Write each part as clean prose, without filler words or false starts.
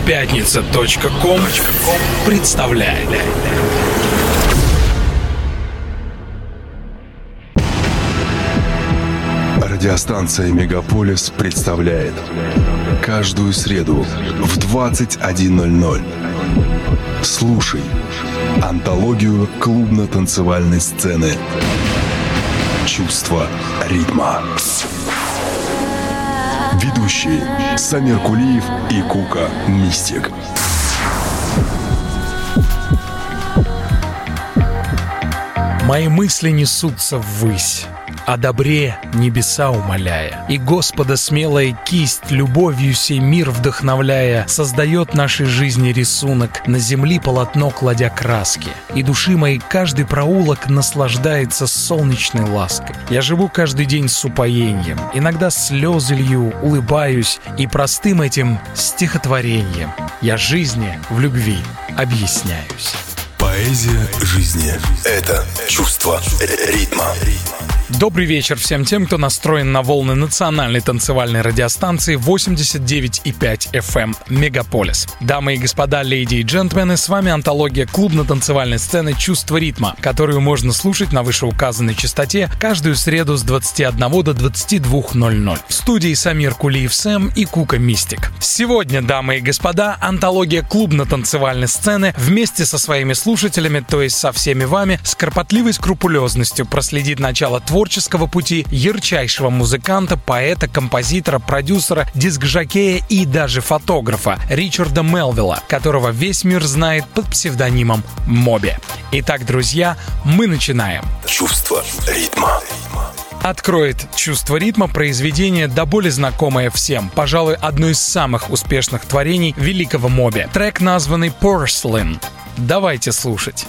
Пятница.ком представляет. Радиостанция «Мегаполис» представляет каждую среду в 21:00. Слушай антологию клубно-танцевальной сцены «Чувство ритма». Ведущие Самир Кулиев и Кука Мистик. Мои мысли несутся ввысь, о добре небеса умоляя, и Господа смелая кисть, любовью сей мир вдохновляя, создает нашей жизни рисунок, на земли полотно кладя краски, и души моей каждый проулок наслаждается солнечной лаской. Я живу каждый день с упоением, иногда слезы лью, улыбаюсь, и простым этим стихотворением я жизни в любви объясняюсь. Поэзия жизни — это чувство ритма. Добрый вечер всем тем, кто настроен на волны национальной танцевальной радиостанции 89,5 FM Мегаполис. Дамы и господа, леди и джентльмены, с вами антология клубно-танцевальной сцены «Чувство ритма», которую можно слушать на вышеуказанной частоте каждую среду с 21 до 22:00. В студии Самир Кулиев Сэм и Кука Мистик. Сегодня, дамы и господа, антология клубно-танцевальной сцены вместе со своими слушателями, то есть со всеми вами, с кропотливой скрупулезностью проследит начало творческого пути ярчайшего музыканта, поэта, композитора, продюсера, диск-жокея и даже фотографа Ричарда Мелвилла, которого весь мир знает под псевдонимом Моби. Итак, друзья, мы начинаем. Чувство ритма. Откроет «Чувство ритма» произведение до боли знакомое всем, пожалуй, одно из самых успешных творений великого Моби. Трек, названный «Porcelain». Давайте слушать.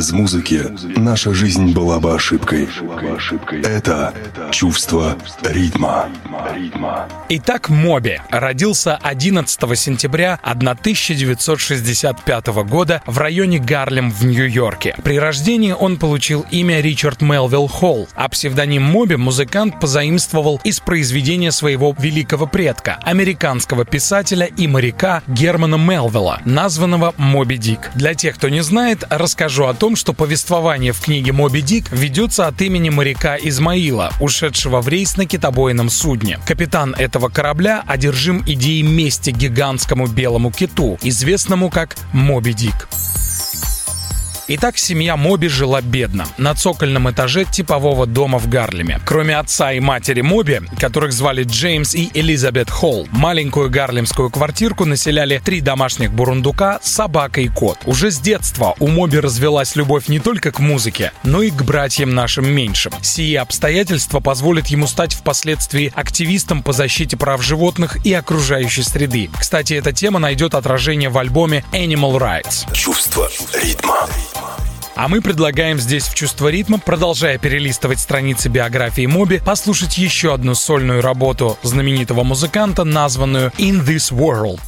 Без музыки наша жизнь была бы ошибкой. Это чувство ритма. Итак, Моби родился 11 сентября 1965 года в районе Гарлем в Нью-Йорке. При рождении он получил имя Ричард Мелвилл Холл, а псевдоним Моби музыкант позаимствовал из произведения своего великого предка, американского писателя и моряка Германа Мелвилла, названного Моби Дик. Для тех, кто не знает, расскажу о том, что повествование в книге Моби Дик ведется от имени моряка Измаила, ушедшего в рейс на китобойном судне. Капитан этого корабля одержим идеей мести гигантскому белому киту, известному как Моби Дик. Итак, семья Моби жила бедно, на цокольном этаже типового дома в Гарлеме. Кроме отца и матери Моби, которых звали Джеймс и Элизабет Холл, маленькую гарлемскую квартирку населяли 3 домашних бурундука, собака и кот. Уже с детства у Моби развелась любовь не только к музыке, но и к братьям нашим меньшим. Сие обстоятельства позволят ему стать впоследствии активистом по защите прав животных и окружающей среды. Кстати, эта тема найдет отражение в альбоме Animal Rights. Чувство ритма. А мы предлагаем здесь в «Чувство ритма», продолжая перелистывать страницы биографии Моби, послушать еще одну сольную работу знаменитого музыканта, названную «In This World».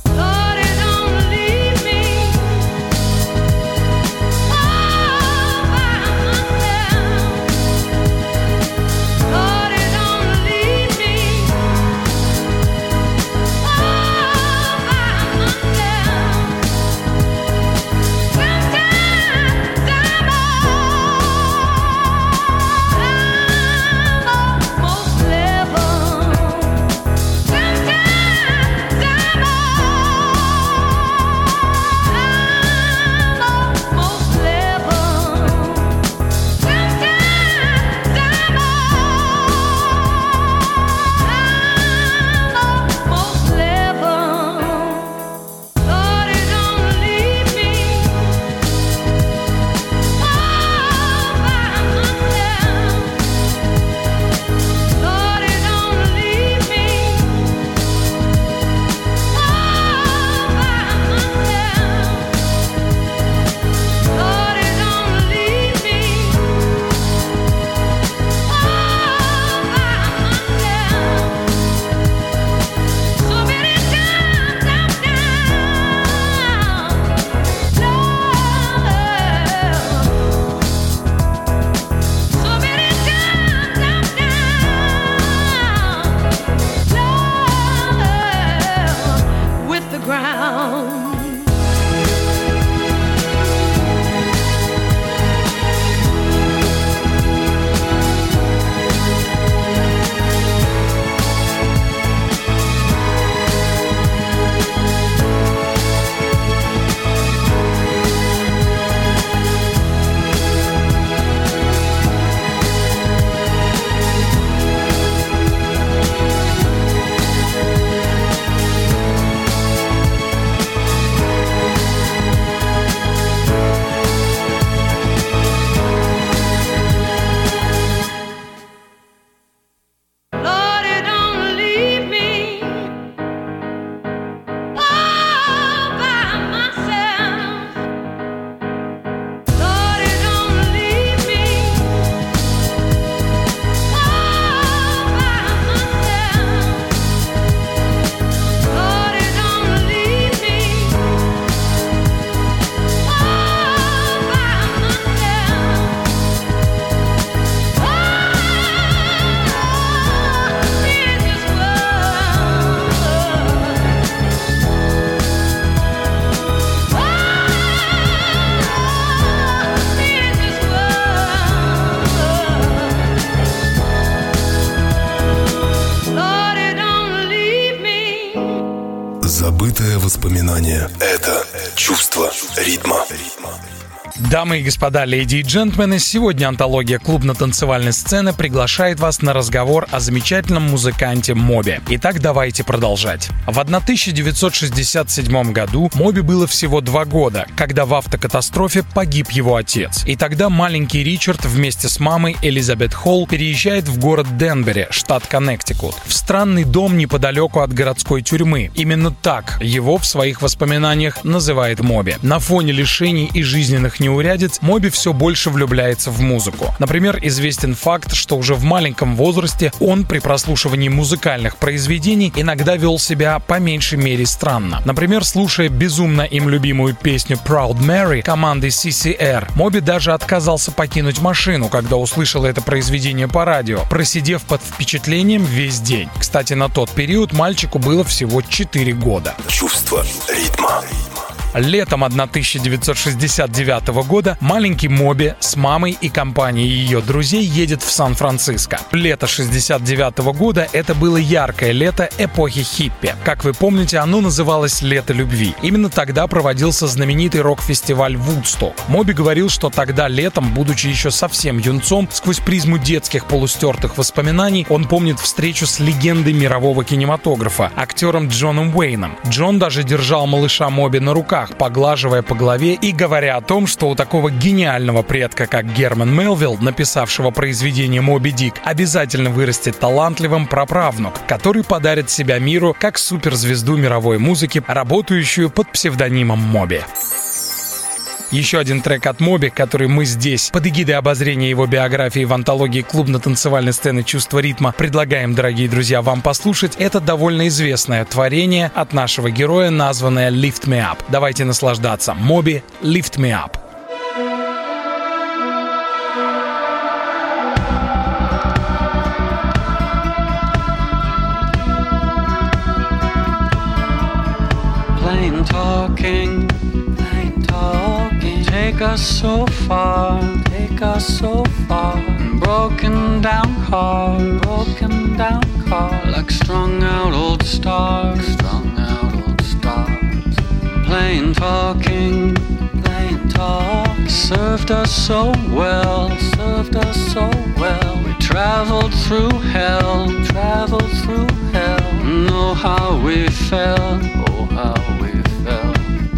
Забытое воспоминание. Это чувство ритма. Дамы и господа, леди и джентльмены, сегодня антология клубно-танцевальной сцены приглашает вас на разговор о замечательном музыканте Моби. Итак, давайте продолжать. В 1967 году Моби было всего 2 года, когда в автокатастрофе погиб его отец. И тогда маленький Ричард вместе с мамой Элизабет Холл переезжает в город Денбери, штат Коннектикут, в странный дом неподалеку от городской тюрьмы. Именно так его в своих воспоминаниях называет Моби. На фоне лишений и жизненных неудачей неурядиц, Моби все больше влюбляется в музыку. Например, известен факт, что уже в маленьком возрасте он при прослушивании музыкальных произведений иногда вел себя по меньшей мере странно. Например, слушая безумно им любимую песню Proud Mary команды CCR, Моби даже отказался покинуть машину, когда услышал это произведение по радио, просидев под впечатлением весь день. Кстати, на тот период мальчику было всего 4 года. Чувство ритма. Летом 1969 года маленький Моби с мамой и компанией ее друзей едет в Сан-Франциско. Лето 1969 года — это было яркое лето эпохи хиппи. Как вы помните, оно называлось «Лето любви». Именно тогда проводился знаменитый рок-фестиваль Вудсток. Моби говорил, что тогда летом, будучи еще совсем юнцом, сквозь призму детских полустертых воспоминаний, он помнит встречу с легендой мирового кинематографа, актером Джоном Уэйном. Джон даже держал малыша Моби на руках, поглаживая по голове и говоря о том, что у такого гениального предка, как Герман Мелвилл, написавшего произведение «Моби Дик», обязательно вырастет талантливым праправнук, который подарит себя миру как суперзвезду мировой музыки, работающую под псевдонимом Моби. Еще один трек от Моби, который мы здесь, под эгидой обозрения его биографии в антологии клубно-танцевальной сцены «Чувство ритма», предлагаем, дорогие друзья, вам послушать. Это довольно известное творение от нашего героя, названное «Lift Me Up». Давайте наслаждаться. Моби «Lift Me Up». Plain talking, take us so far, broken down car, like strung out old stars, plain talking, served us so well, we traveled through hell, know how we felt, oh how we felt.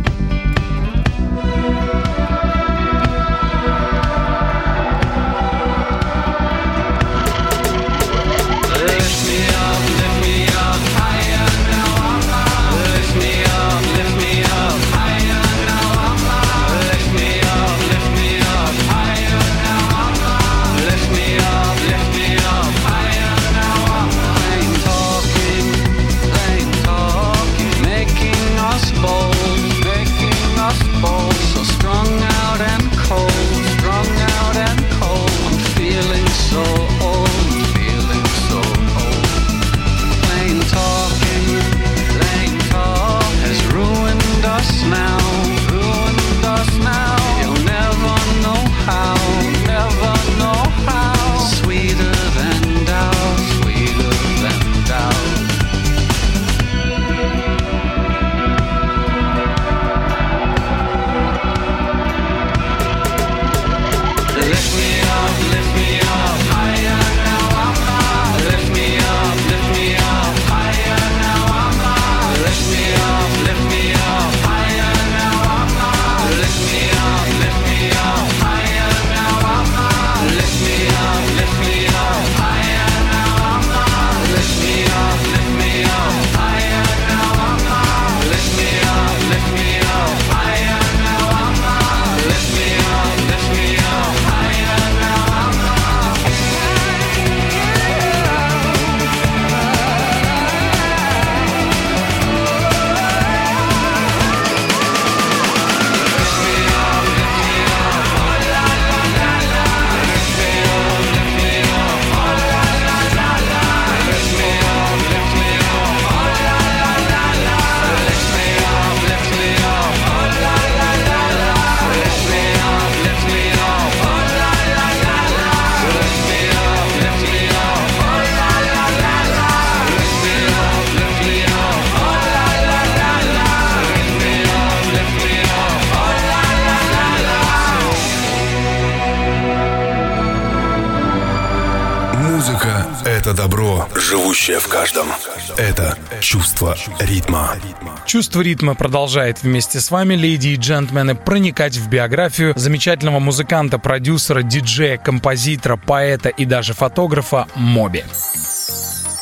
Это добро, живущее в каждом. Это чувство ритма. Чувство ритма продолжает вместе с вами, леди и джентльмены, проникать в биографию замечательного музыканта, продюсера, диджея, композитора, поэта и даже фотографа Моби.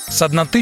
С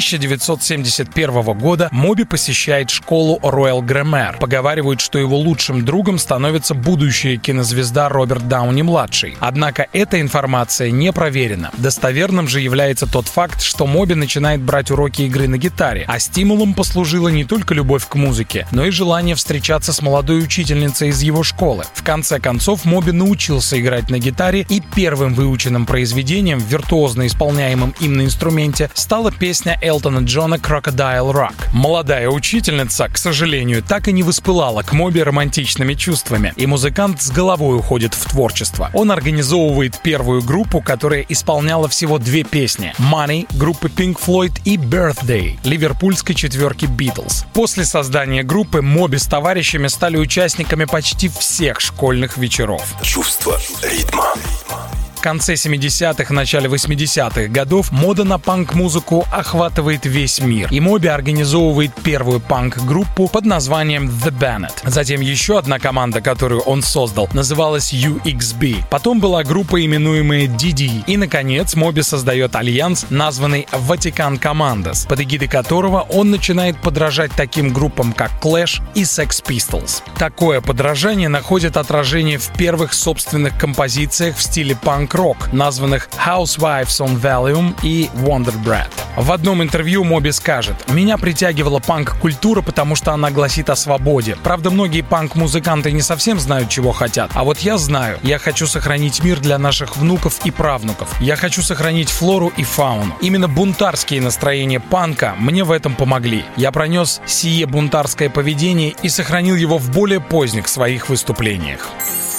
1971 года Моби посещает школу Royal Grammar. Поговаривают, что его лучшим другом становится будущая кинозвезда Роберт Дауни-младший. Однако эта информация не проверена. Достоверным же является тот факт, что Моби начинает брать уроки игры на гитаре, а стимулом послужила не только любовь к музыке, но и желание встречаться с молодой учительницей из его школы. В конце концов, Моби научился играть на гитаре, и первым выученным произведением, виртуозно исполняемым им на инструменте, стала песня Элтона Джона «Crocodile Rock». Молодая учительница, к сожалению, так и не воспылала к Моби романтичными чувствами, и музыкант с головой уходит в творчество. Он организовывает первую группу, которая исполняла всего 2 песни — «Money» группы Pink Floyd и «Birthday» ливерпульской четверки Beatles. После создания группы Моби с товарищами стали участниками почти всех школьных вечеров. Чувство ритма. В конце 70-х, начале 80-х годов мода на панк-музыку охватывает весь мир, и Моби организовывает первую панк-группу под названием The Bennett. Затем еще одна команда, которую он создал, называлась UXB. Потом была группа, именуемая DD. И, наконец, Моби создает альянс, названный Vatican Commandos, под эгидой которого он начинает подражать таким группам, как Clash и Sex Pistols. Такое подражание находит отражение в первых собственных композициях в стиле панк-рок, названных Housewives on Valium и Wonder Bread. В одном интервью Моби скажет: «Меня притягивала панк-культура, потому что она гласит о свободе. Правда, многие панк-музыканты не совсем знают, чего хотят. А вот я знаю. Я хочу сохранить мир для наших внуков и правнуков. Я хочу сохранить флору и фауну. Именно бунтарские настроения панка мне в этом помогли. Я пронес сие бунтарское поведение и сохранил его в более поздних своих выступлениях».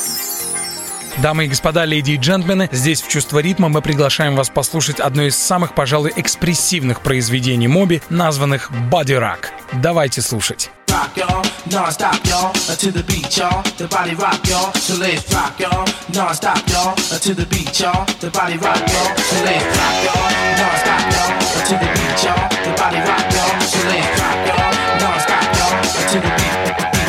Дамы и господа, леди и джентльмены, здесь в «Чувство ритма» мы приглашаем вас послушать одно из самых, пожалуй, экспрессивных произведений Моби, названных «Body Rock». Давайте слушать. Rock y'all, non-stop y'all, to the beat y'all, the body rock y'all, so let's rock y'all, non-stop y'all, to the beat y'all, the body rock y'all, so let's rock y'all, non-stop y'all, to the beat y'all, the body rock y'all, so let's rock y'all, non-stop y'all, to the beat.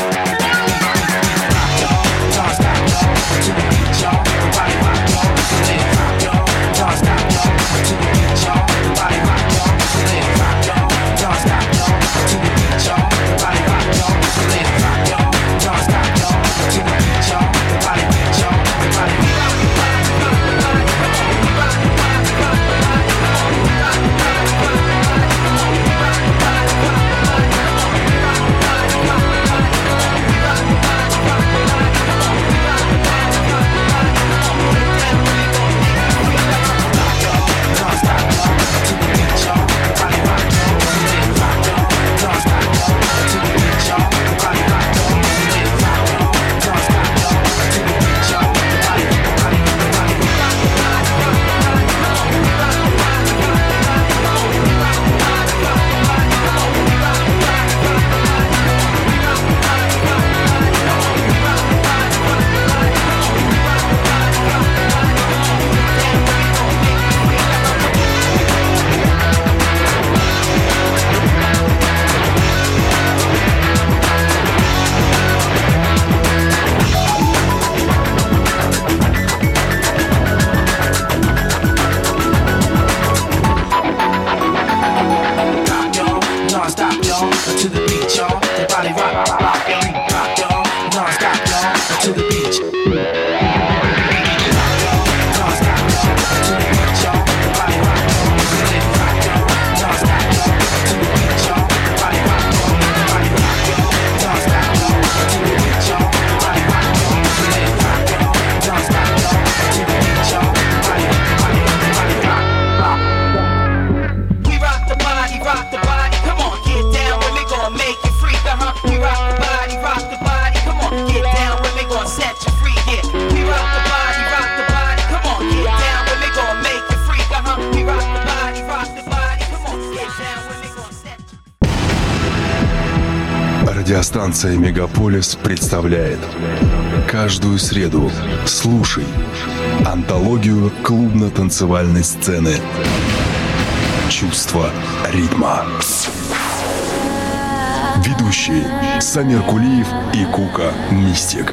Радиостанция «Мегаполис» представляет каждую среду «Слушай» антологию клубно-танцевальной сцены «Чувство ритма». Ведущие Самир Кулиев и Кука Мистик.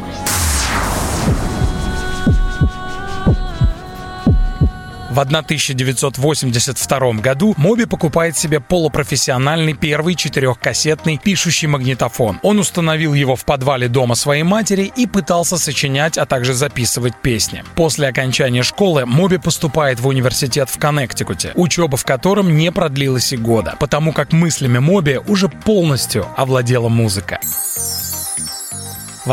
В 1982 году Моби покупает себе полупрофессиональный первый 4-кассетный пишущий магнитофон. Он установил его в подвале дома своей матери и пытался сочинять, а также записывать песни. После окончания школы Моби поступает в университет в Коннектикуте, учеба в котором не продлилась и года, потому как мыслями Моби уже полностью овладела музыка. В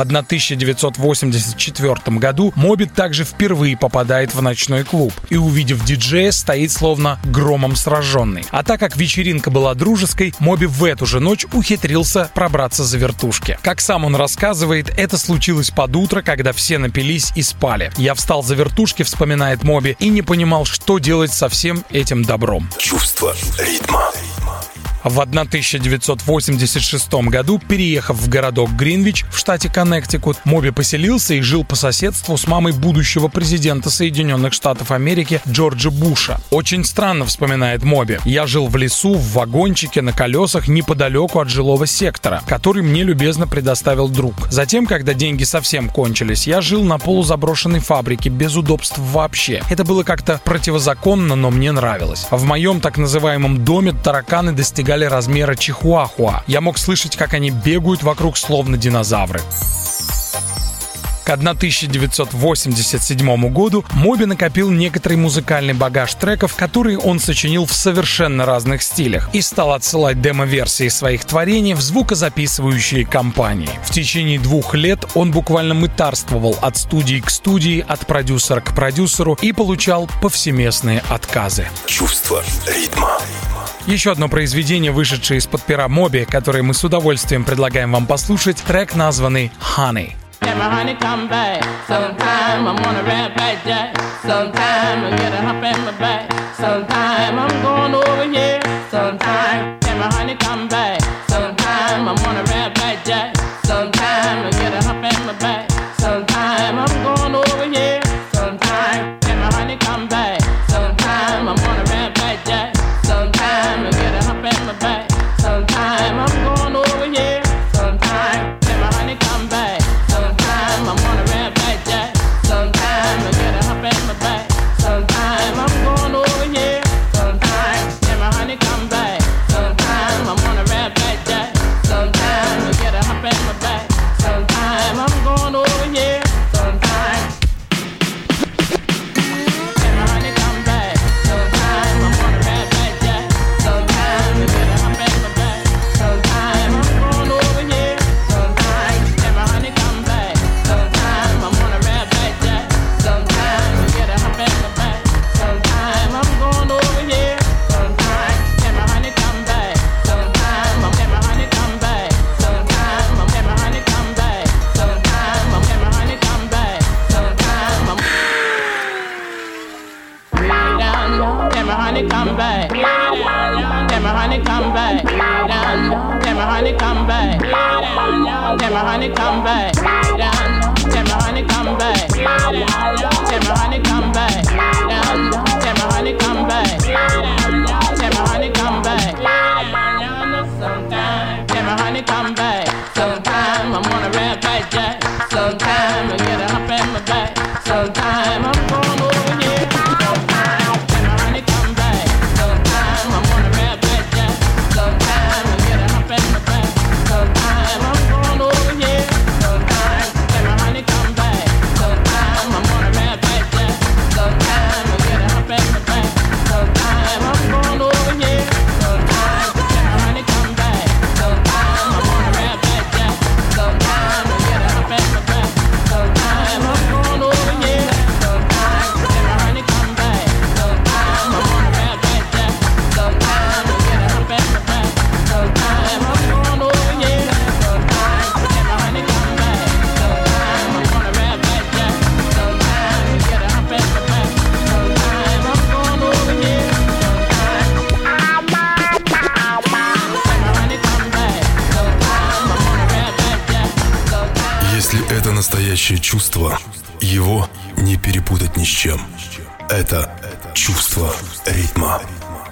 1984 году Моби также впервые попадает в ночной клуб и, увидев диджея, стоит словно громом сраженный. А так как вечеринка была дружеской, Моби в эту же ночь ухитрился пробраться за вертушки. Как сам он рассказывает, это случилось под утро, когда все напились и спали. «Я встал за вертушки», — вспоминает Моби, и не понимал, что делать со всем этим добром. Чувство ритма. В 1986 году, переехав в городок Гринвич в штате Коннектикут, Моби поселился и жил по соседству с мамой будущего президента Соединенных Штатов Америки Джорджа Буша. «Очень странно», — вспоминает Моби. «Я жил в лесу, в вагончике, на колесах, неподалеку от жилого сектора, который мне любезно предоставил друг. Затем, когда деньги совсем кончились, я жил на полузаброшенной фабрике, без удобств вообще. Это было как-то противозаконно, но мне нравилось. В моем так называемом доме тараканы достигали размера чихуахуа. Я мог слышать, как они бегают вокруг, словно динозавры». К 1987 году Моби накопил некоторый музыкальный багаж треков, которые он сочинил в совершенно разных стилях, и стал отсылать демо-версии своих творений в звукозаписывающие компании. В течение 2 лет он буквально мытарствовал от студии к студии, от продюсера к продюсеру и получал повсеместные отказы. Чувство ритма. Еще одно произведение, вышедшее из-под пера Моби, которое мы с удовольствием предлагаем вам послушать, трек, названный «Honey». Let my honey come back. Sometime I'm on a red back jack. Sometime I get a hump in my back. Sometime I'm going over here. Sometime let my honey come back. Sometime I'm on a red back jack. Sometime I get a hump in my back. Sometime I'm going over here. Sometime let my honey come back. Sometime I'm on a red back jack. Sometime I get a hump in my back. Sometime I'm going over here. Sometime let my honey come back. I'm on a red back jack. Sometime I get a hump in my back. Sometime I'm going over here. Sometime let my honey come back. Sometime I'm on a red back jack. Sometime I get a hump in my back. Sometime I'm going over here. Sometime let my honey come back. Sometime I'm on a red back jack. Sometime I get a hump in my back. Sometime I'm going over here. Sometime let my honey come back. Sometime I'm on a red back jack. Sometime I get a hump in my back. Sometime I'm going over here. Sometime let my honey come back. Sometime I'm let my honey come back. Sometime I'm let my honey come back. Sometime I'm let my honey come back. Sometime I'm way down low. Let my honey come back. Let my honey come back. Down low. Let my honey come back. Let my honey come back. Down low. Let my honey come back. Let my honey come back. Down low. Let my honey come back. Let my honey come back. Sometime let my honey come back. Sometime I'm on a red back jack. Sometime I get a hump in my back. Sometime I'm going over here. Sometime let my honey come back. Sometime I'm on a red back jack. Sometime I get a hump in my back. Sometime I'm going over here. Sometime let my honey come back. Sometime I'm on a red back jack. Sometime I get a hump in my back. Sometime I'm going over here. Sometime let my honey come back. Sometime I'm on a red back jack. Sometime I get a hump in my back. Sometime I'm going over here. Sometime let my honey come back. Sometime I'm on a red back jack. Sometime I get a hump in my back. Sometime I'm going over here. Sometime let my honey come back. Sometime I'm on a red back jack. Sometime I get a hump in my back. Sometime I'm going over here. Sometime let my honey come back. Sometime I'm on a red back jack. Sometime. Если это настоящее чувство, его не перепутать ни с чем. Это чувство ритма.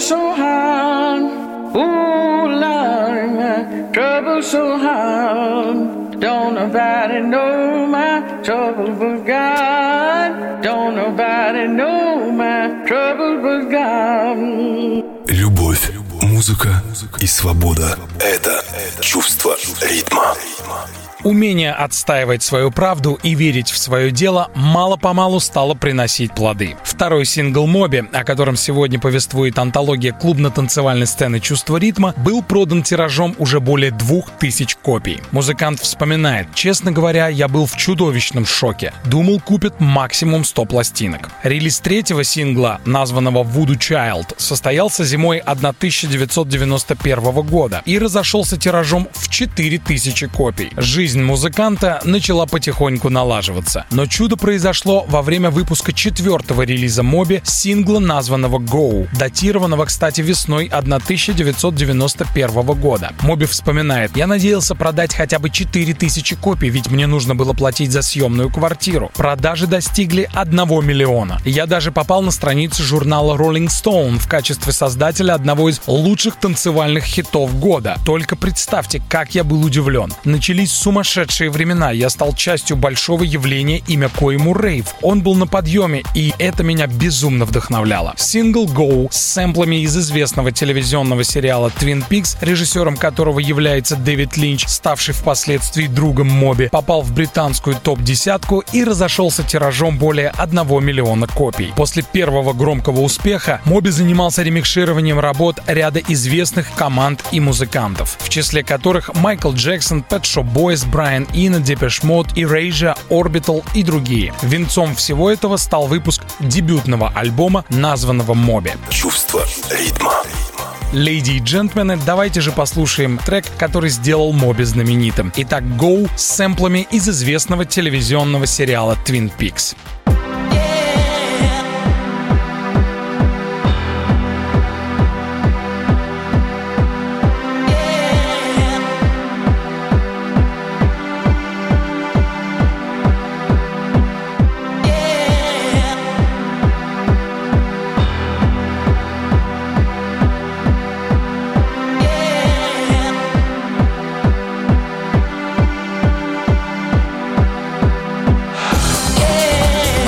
so hard. Ooh, Lord, my trouble so hard. Don't nobody know my trouble but God. Don't nobody know my trouble but God. Любовь, музыка и свобода – это чувство ритма. Умение отстаивать свою правду и верить в свое дело мало-помалу стало приносить плоды. Второй сингл «Моби», о котором сегодня повествует антология клубно-танцевальной сцены «Чувство ритма», был продан тиражом уже более 2000 копий. Музыкант вспоминает: «Честно говоря, я был в чудовищном шоке. Думал, купят максимум 100 пластинок». Релиз третьего сингла, названного «Voodoo Child», состоялся зимой 1991 года и разошелся тиражом в 4000 копий. Жизнь музыканта начала потихоньку налаживаться. Но чудо произошло во время выпуска четвертого релиза «Моби», сингла, названного «Go», датированного, кстати, весной 1991 года. Моби вспоминает: «Я надеялся продать хотя бы 4000 копий, ведь мне нужно было платить за съемную квартиру. Продажи достигли 1 миллиона. Я даже попал на страницу журнала Rolling Stone в качестве создателя одного из лучших танцевальных хитов года. Только представьте, как я был удивлен. Начались сумасшедшие времена. Я стал частью большого явления, имя коему рейв. Он был на подъеме, и это меня безумно вдохновляло». Сингл «Go» с сэмплами из известного телевизионного сериала Twin Peaks, режиссером которого является Дэвид Линч, ставший впоследствии другом Моби, попал в британскую топ-10 и разошелся тиражом более 1 миллиона копий. После первого громкого успеха Моби занимался ремикшированием работ ряда известных команд и музыкантов, в числе которых Майкл Джексон, Pet Shop Boys, Брайан Ино, Depeche Mode, Erasure, Orbital и другие. Венцом всего этого стал выпуск дебютного альбома, названного «Моби». Чувство ритма. Леди и джентльмены, давайте же послушаем трек, который сделал Моби знаменитым. Итак, «Go» с сэмплами из известного телевизионного сериала Twin Peaks. Yeah.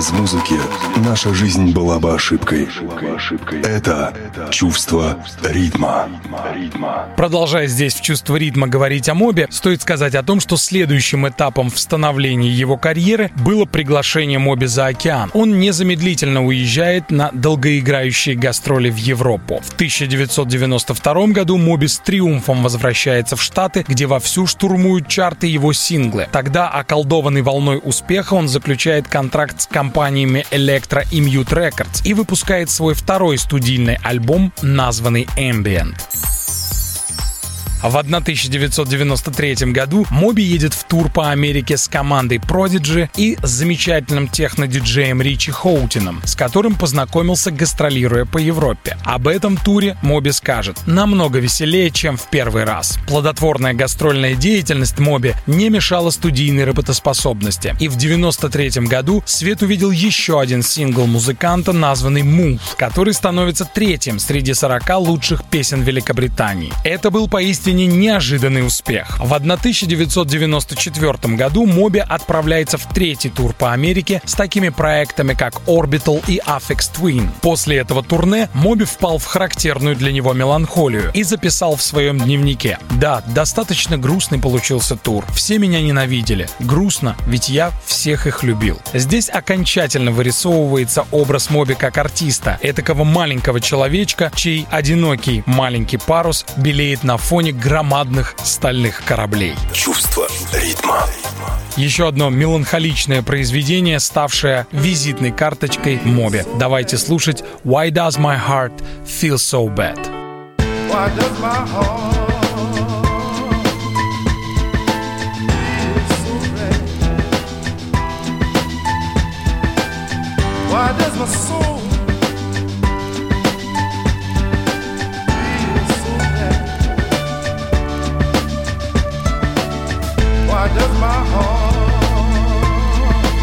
Без музыки наша жизнь была бы ошибкой. Это чувство ритма. Продолжая здесь в чувство ритма говорить о Моби, стоит сказать о том, что следующим этапом в становлении его карьеры было приглашение Моби за океан. Он незамедлительно уезжает на долгоиграющие гастроли в Европу. В 1992 году Моби с триумфом возвращается в Штаты, где вовсю штурмуют чарты его синглы. Тогда, околдованный волной успеха, он заключает контракт с компаниями Elektra и Mute Records и выпускает свой второй студийный альбом, названный Ambient. В 1993 году Моби едет в тур по Америке с командой Prodigy и с замечательным техно-диджеем Ричи Хоутином, с которым познакомился, гастролируя по Европе. Об этом туре Моби скажет: намного веселее, чем в первый раз. Плодотворная гастрольная деятельность Моби не мешала студийной работоспособности. И в 1993 году свет увидел еще один сингл музыканта, названный Move, который становится третьим среди 40 лучших песен Великобритании. Это был поистине неожиданный успех. В 1994 году Моби отправляется в третий тур по Америке с такими проектами, как Orbital и Aphex Twin. После этого турне Моби впал в характерную для него меланхолию и записал в своем дневнике: «Да, достаточно грустный получился тур. Все меня ненавидели. Грустно, ведь я всех их любил». Здесь окончательно вырисовывается образ Моби как артиста, этакого маленького человечка, чей одинокий маленький парус белеет на фоне громадных стальных кораблей. Чувство ритма. Еще одно меланхоличное произведение, ставшее визитной карточкой Моби. Давайте слушать «Why Does My Heart Feel So Bad». Why does my heart feel so bad? Why does my soul feel so bad? Why does my heart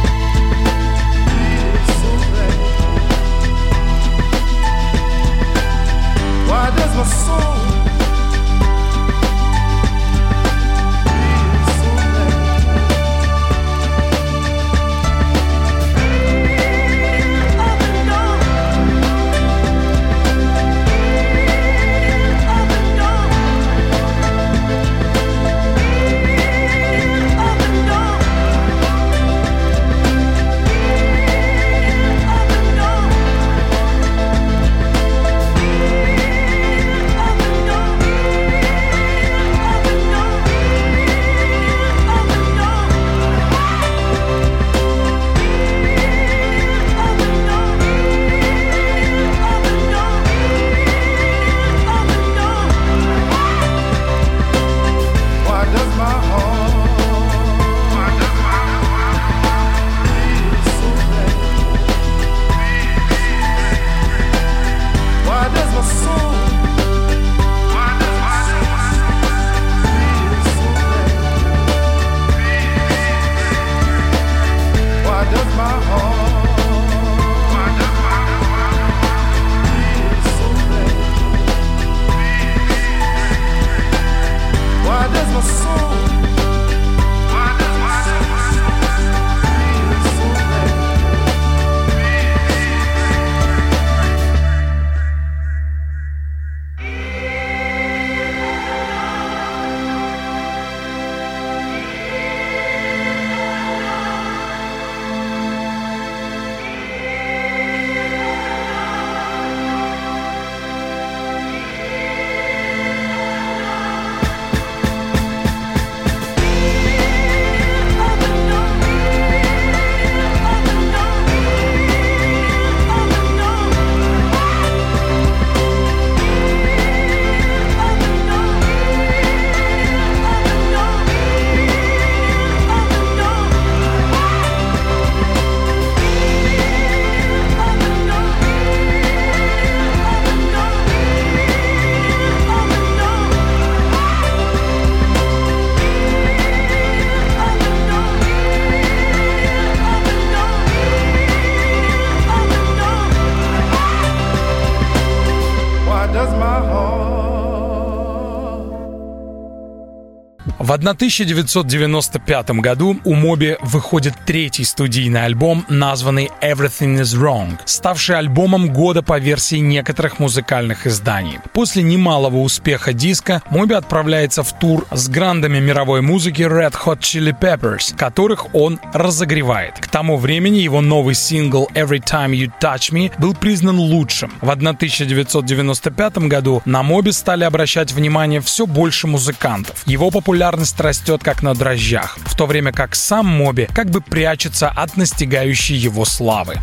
feel so bad? Why does my soul В 1995 году у Моби выходит третий студийный альбом, названный Everything Is Wrong, ставший альбомом года по версии некоторых музыкальных изданий. После немалого успеха диска Моби отправляется в тур с грандами мировой музыки Red Hot Chili Peppers, которых он разогревает. К тому времени его новый сингл Every Time You Touch Me был признан лучшим. В 1995 году на Моби стали обращать внимание все больше музыкантов. Его популярность растет как на дрожжах, в то время как сам Моби как бы прячется от настигающей его славы.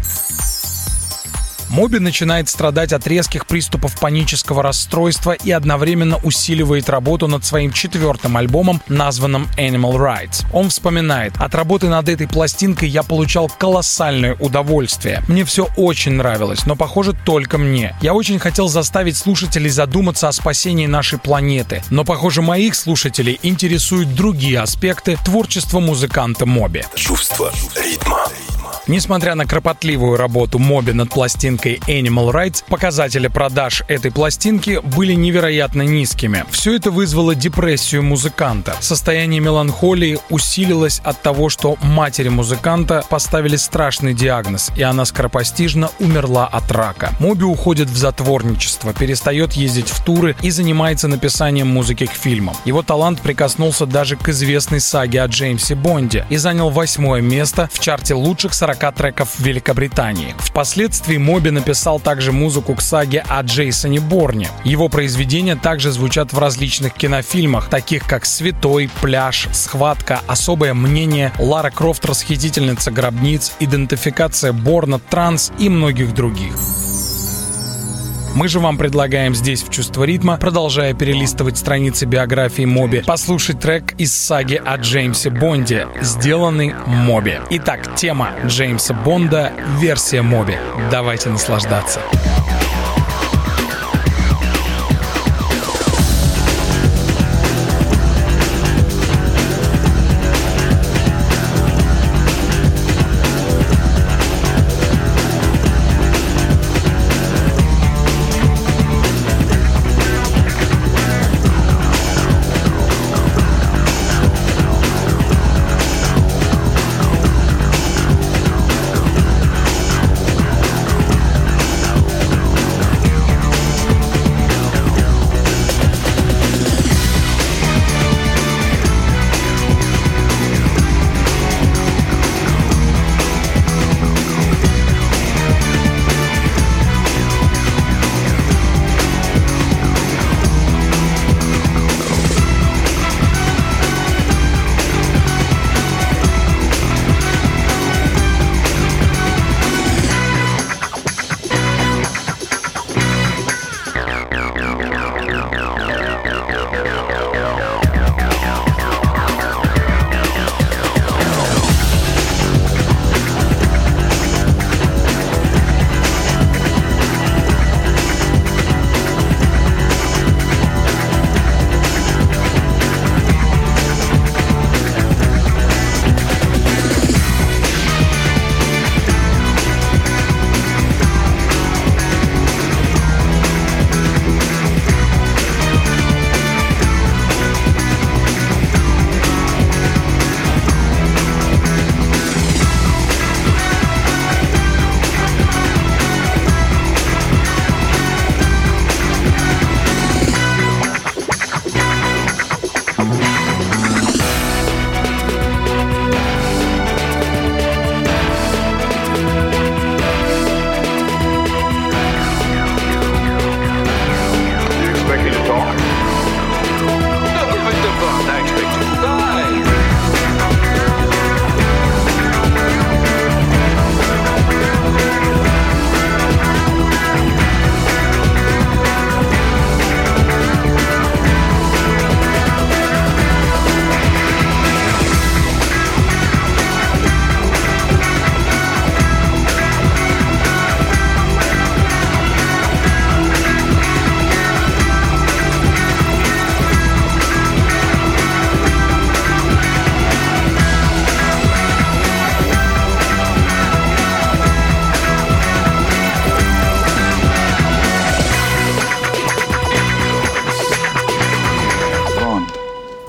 Моби начинает страдать от резких приступов панического расстройства и одновременно усиливает работу над своим четвертым альбомом, названным Animal Rights. Он вспоминает: «От работы над этой пластинкой я получал колоссальное удовольствие. Мне все очень нравилось, но, похоже, только мне. Я очень хотел заставить слушателей задуматься о спасении нашей планеты, но, похоже, моих слушателей интересуют другие аспекты творчества музыканта Моби». Чувство ритма. Несмотря на кропотливую работу Моби над пластинкой Animal Rights, показатели продаж этой пластинки были невероятно низкими. Все это вызвало депрессию музыканта. Состояние меланхолии усилилось от того, что матери музыканта поставили страшный диагноз, и она скоропостижно умерла от рака. Моби уходит в затворничество, перестает ездить в туры и занимается написанием музыки к фильмам. Его талант прикоснулся даже к известной саге о Джеймсе Бонде и занял 8-е место в чарте лучших 40 треков в Великобритании. Впоследствии Моби написал также музыку к саге о Джейсоне Борне. Его произведения также звучат в различных кинофильмах, таких как «Святой», «Пляж», «Схватка», «Особое мнение», «Лара Крофт. Расхитительница гробниц», «Идентификация Борна», «Транс» и многих других. Мы же вам предлагаем здесь, в «Чувство ритма», продолжая перелистывать страницы биографии Моби, послушать трек из саги о Джеймсе Бонде, сделанный Моби. Итак, тема Джеймса Бонда, версия Моби. Давайте наслаждаться.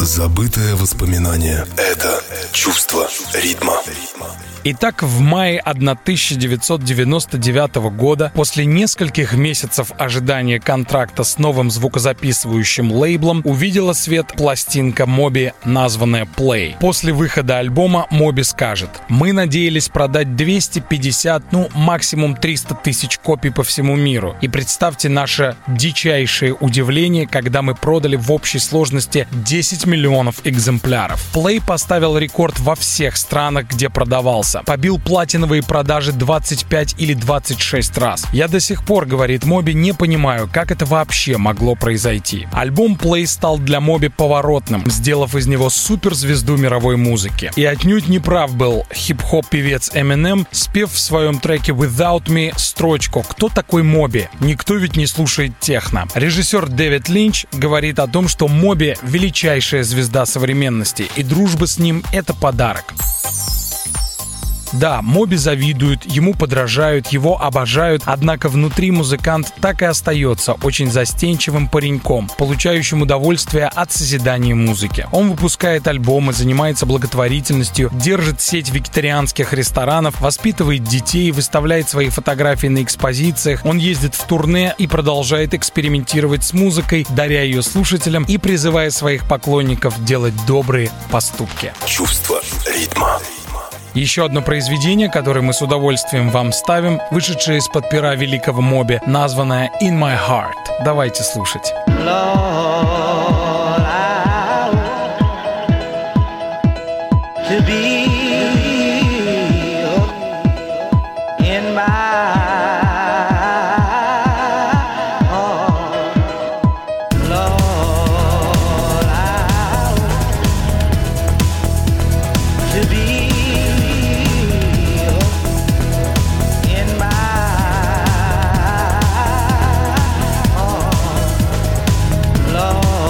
Забытое воспоминание. Это чувство ритма. Итак, в мае 1999 года, после нескольких месяцев ожидания контракта с новым звукозаписывающим лейблом, увидела свет пластинка Моби, названная Play. После выхода альбома Моби скажет: «Мы надеялись продать 250, максимум 300 тысяч копий по всему миру. И представьте наше дичайшее удивление, когда мы продали в общей сложности 10 миллионов экземпляров». Play поставил рекорд во всех странах, где продавался. Побил платиновые продажи 25 или 26 раз. «Я до сих пор, — говорит Моби, — не понимаю, как это вообще могло произойти». Альбом Play стал для Моби поворотным, сделав из него суперзвезду мировой музыки. И отнюдь не прав был хип-хоп-певец Eminem, спев в своем треке Without Me строчку: «Кто такой Моби? Никто ведь не слушает техно». Режиссер Дэвид Линч говорит о том, что Моби — величайшая звезда современности, и дружба с ним — это подарок. Да, Моби завидуют, ему подражают, его обожают, однако внутри музыкант так и остается очень застенчивым пареньком, получающим удовольствие от созидания музыки. Он выпускает альбомы, занимается благотворительностью, держит сеть вегетарианских ресторанов, воспитывает детей, выставляет свои фотографии на экспозициях, он ездит в турне и продолжает экспериментировать с музыкой, даря ее слушателям и призывая своих поклонников делать добрые поступки. Чувство ритма. Еще одно произведение, которое мы с удовольствием вам ставим, вышедшее из-под пера великого Моби, названное «In My Heart». Давайте слушать. Lord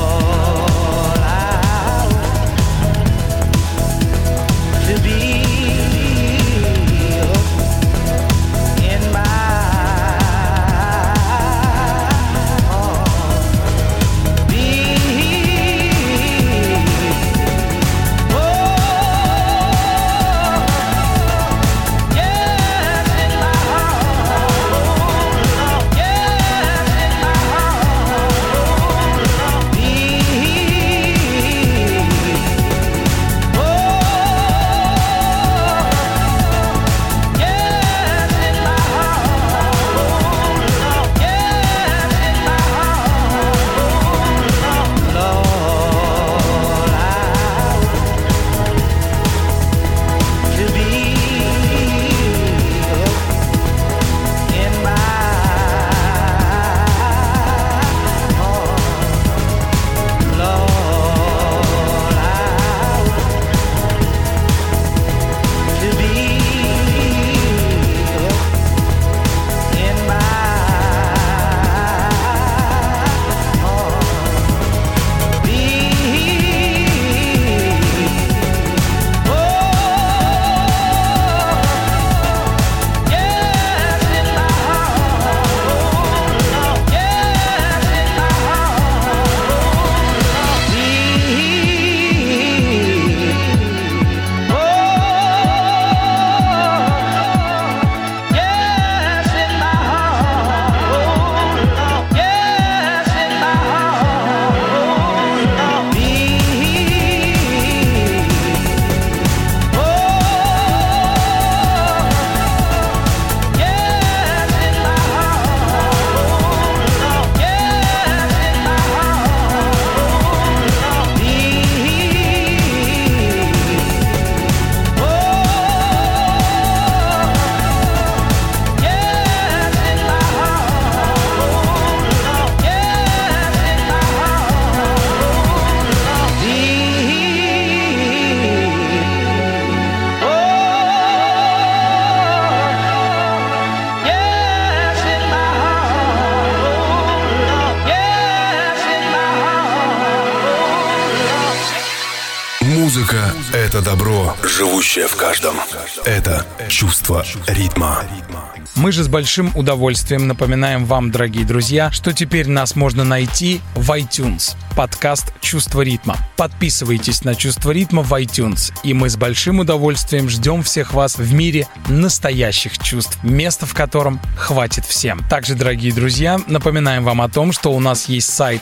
Музыка — это добро, живущее в каждом. Это чувство ритма. Мы же с большим удовольствием напоминаем вам, дорогие друзья, что теперь нас можно найти в iTunes. Подкаст «Чувство ритма». Подписывайтесь на «Чувство ритма» в iTunes, и мы с большим удовольствием ждем всех вас в мире настоящих чувств, места в котором хватит всем. Также, дорогие друзья, напоминаем вам о том, что у нас есть сайт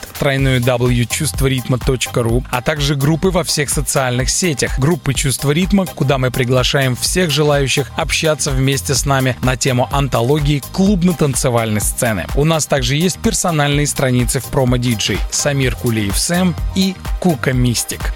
www.чувстворитма.ру, а также группы во всех социальных сетях. Группы «Чувство ритма», куда мы приглашаем всех желающих общаться вместе с нами на тему антологии клубно-танцевальной сцены. У нас также есть персональные страницы в промо-диджей Самир Кулиев Сэм и Кука Мистик.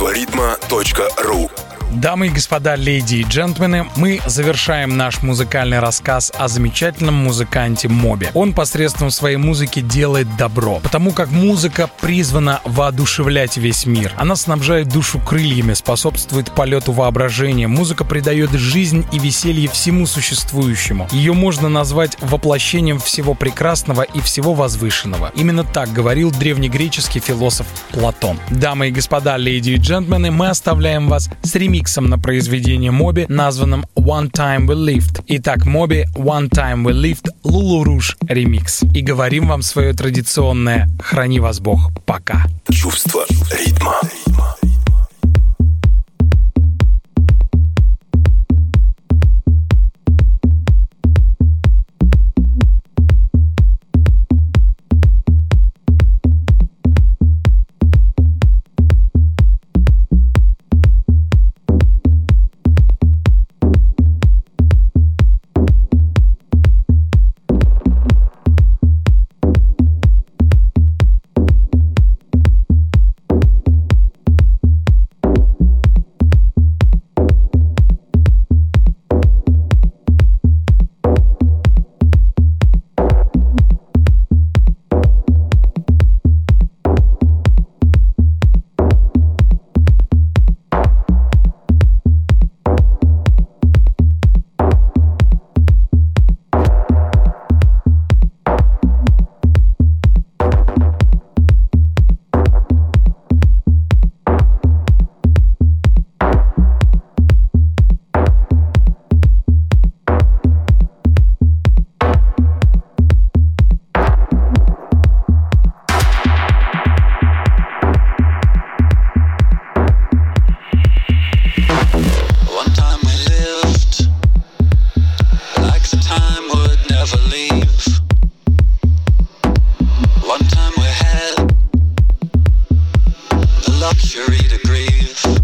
Чувстворитма.ру. Дамы и господа, леди и джентльмены, мы завершаем наш музыкальный рассказ о замечательном музыканте Моби. Он посредством своей музыки делает добро, потому как музыка призвана воодушевлять весь мир. Она снабжает душу крыльями, способствует полету воображения. Музыка придает жизнь и веселье всему существующему. Ее можно назвать воплощением всего прекрасного и всего возвышенного. Именно так говорил древнегреческий философ Платон. Дамы и господа, леди и джентльмены, мы оставляем вас с ремиксом на произведение Моби, названном One Time We Lived. Итак, Моби, One Time We Lived, Лулу Руж ремикс. И говорим вам свое традиционное «Храни вас Бог». Пока. Чувство ритма. Luxury to grieve.